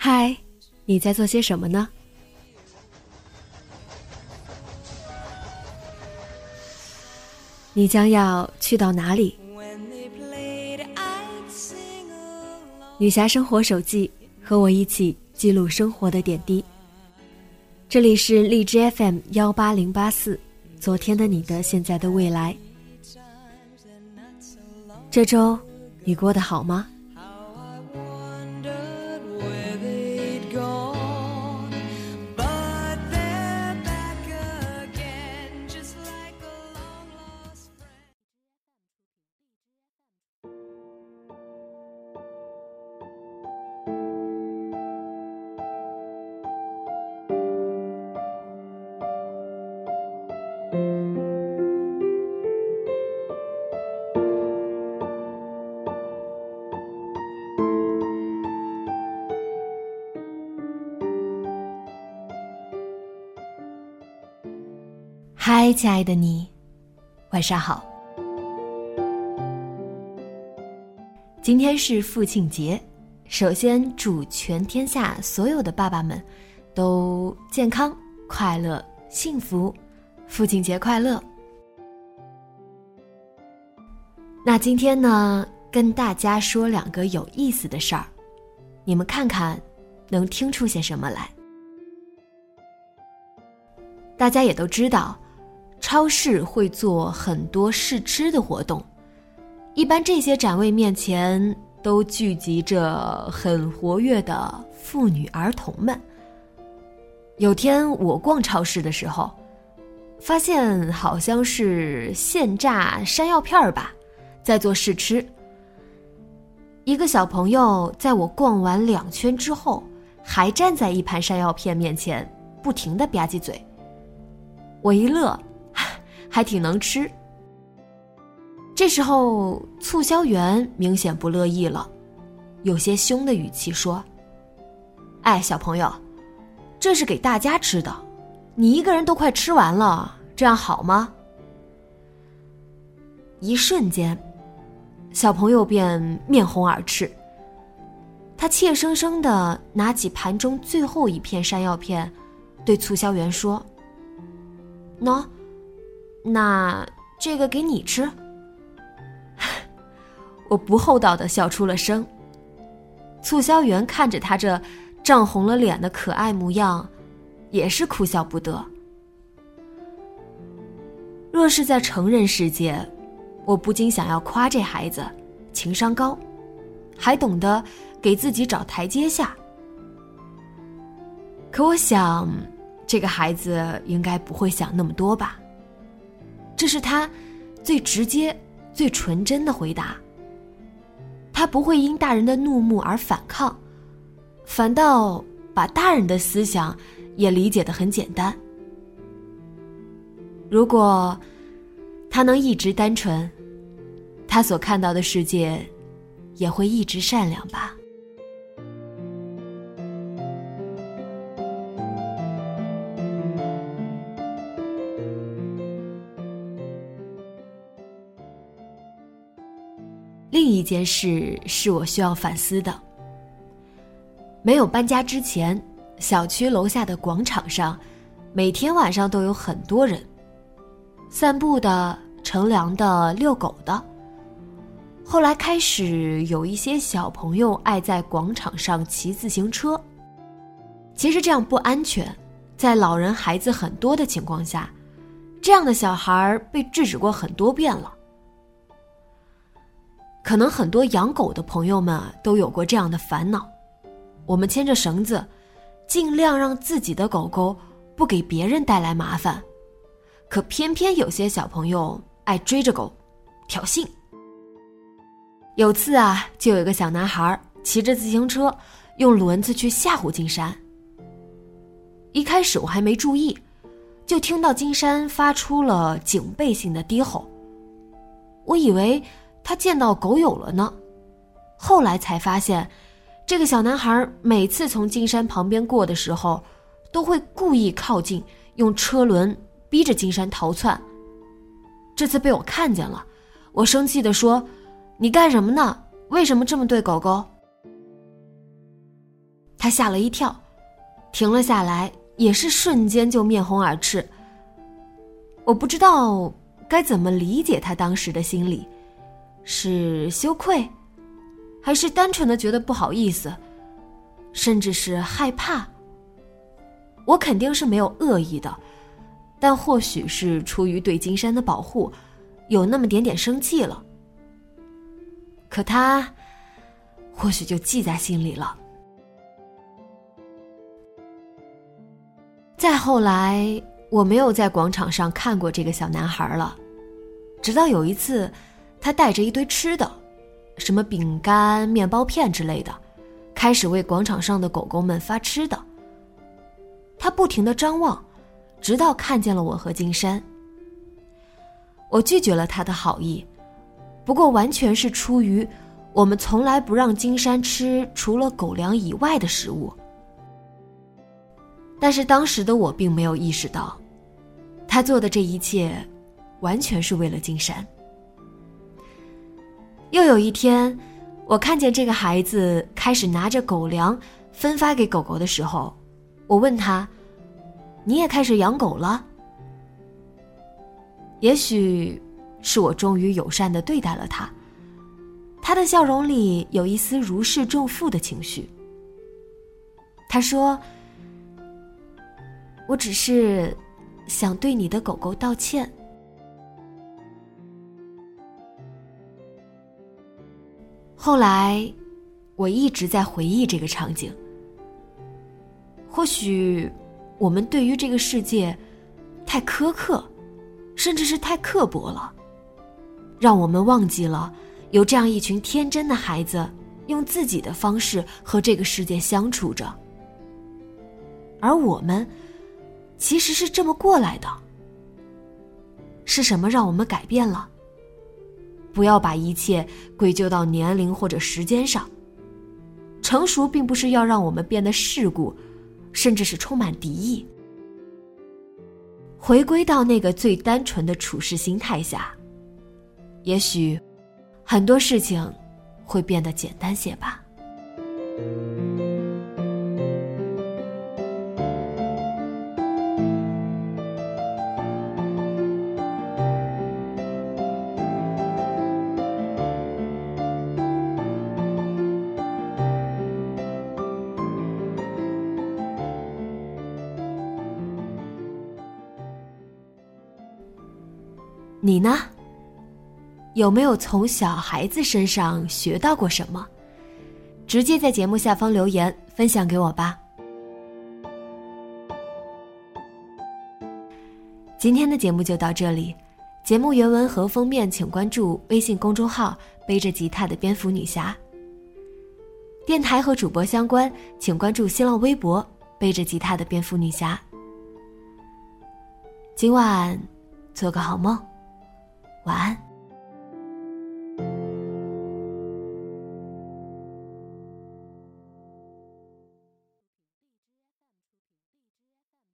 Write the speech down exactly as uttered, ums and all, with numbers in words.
嗨，你在做些什么呢？你将要去到哪里？女侠生活手记，和我一起记录生活的点滴。这里是荔枝 F M 一八零八四，昨天的你的现在的未来。这周你过得好吗？嗨，亲爱的你，晚上好。今天是父亲节，首先祝全天下所有的爸爸们都健康、快乐、幸福，父亲节快乐。那今天呢，跟大家说两个有意思的事儿，你们看看能听出些什么来。大家也都知道，超市会做很多试吃的活动，一般这些展位面前都聚集着很活跃的妇女儿童们。有天我逛超市的时候，发现好像是现榨山药片吧，在做试吃。一个小朋友在我逛完两圈之后，还站在一盘山药片面前，不停地吧唧嘴。我一乐，还挺能吃。这时候促销员明显不乐意了，有些凶的语气说：哎，小朋友，这是给大家吃的，你一个人都快吃完了，这样好吗？一瞬间，小朋友便面红耳赤，他怯生生地拿起盘中最后一片山药片，对促销员说：喏，那这个给你吃。我不厚道地笑出了声。促销员看着他这涨红了脸的可爱模样，也是哭笑不得。若是在成人世界，我不禁想要夸这孩子情商高，还懂得给自己找台阶下。可我想，这个孩子应该不会想那么多吧。这是他最直接、最纯真的回答。他不会因大人的怒目而反抗，反倒把大人的思想也理解得很简单。如果他能一直单纯，他所看到的世界也会一直善良吧。另一件事是我需要反思的。没有搬家之前，小区楼下的广场上，每天晚上都有很多人，散步的、乘凉的、遛狗的。后来开始有一些小朋友爱在广场上骑自行车。其实这样不安全，在老人孩子很多的情况下，这样的小孩被制止过很多遍了。可能很多养狗的朋友们都有过这样的烦恼，我们牵着绳子，尽量让自己的狗狗不给别人带来麻烦，可偏偏有些小朋友爱追着狗挑衅。有次啊，就有一个小男孩骑着自行车用轮子去吓唬金山。一开始我还没注意，就听到金山发出了警备性的低吼，我以为他见到狗友了呢。后来才发现，这个小男孩每次从金山旁边过的时候，都会故意靠近，用车轮逼着金山逃窜。这次被我看见了，我生气地说：你干什么呢？为什么这么对狗狗？ 他吓了一跳，停了下来，也是瞬间就面红耳赤。我不知道该怎么理解他当时的心理，是羞愧，还是单纯的觉得不好意思，甚至是害怕。我肯定是没有恶意的，但或许是出于对金山的保护，有那么点点生气了。可他或许就记在心里了。再后来，我没有在广场上看过这个小男孩了，直到有一次他带着一堆吃的，什么饼干、面包片之类的，开始为广场上的狗狗们发吃的。他不停地张望，直到看见了我和金山。我拒绝了他的好意，不过完全是出于我们从来不让金山吃除了狗粮以外的食物。但是当时的我并没有意识到，他做的这一切完全是为了金山。又有一天，我看见这个孩子开始拿着狗粮分发给狗狗的时候，我问他，你也开始养狗了？也许是我终于友善地对待了他，他的笑容里有一丝如释重负的情绪。他说，我只是想对你的狗狗道歉。后来我一直在回忆这个场景。或许我们对于这个世界太苛刻，甚至是太刻薄了，让我们忘记了有这样一群天真的孩子用自己的方式和这个世界相处着。而我们其实是这么过来的。是什么让我们改变了？不要把一切归咎到年龄或者时间上。成熟并不是要让我们变得世故，甚至是充满敌意。回归到那个最单纯的处事心态下，也许很多事情会变得简单些吧。你呢？有没有从小孩子身上学到过什么？直接在节目下方留言分享给我吧。今天的节目就到这里，节目原文和封面请关注微信公众号背着吉他的蝙蝠女侠。电台和主播相关请关注新浪微博背着吉他的蝙蝠女侠。今晚做个好梦，晚安。